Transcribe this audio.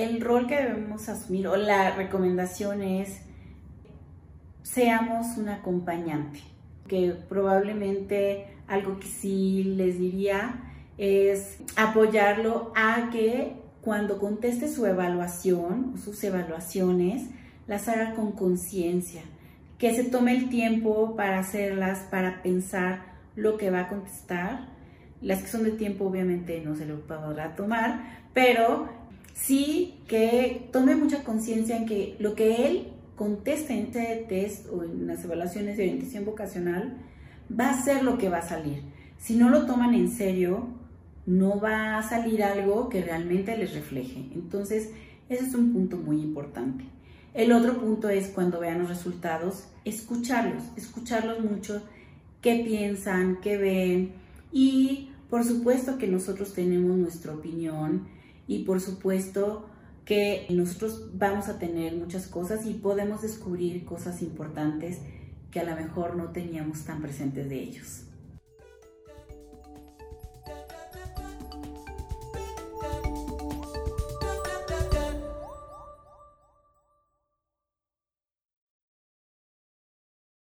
el rol que debemos asumir o la recomendación es seamos un acompañante, que probablemente algo que sí les diría es apoyarlo a que cuando conteste su evaluación o sus evaluaciones las haga con conciencia, que se tome el tiempo para hacerlas, para pensar lo que va a contestar. Las que son de tiempo obviamente no se lo podrá tomar, pero sí que tome mucha conciencia en que lo que él conteste en este test o en las evaluaciones de orientación vocacional va a ser lo que va a salir. Si no lo toman en serio, no va a salir algo que realmente les refleje. Entonces, ese es un punto muy importante. El otro punto es cuando vean los resultados, escucharlos mucho, qué piensan, qué ven, y por supuesto que nosotros tenemos nuestra opinión y por supuesto que nosotros vamos a tener muchas cosas y podemos descubrir cosas importantes que a lo mejor no teníamos tan presentes de ellos.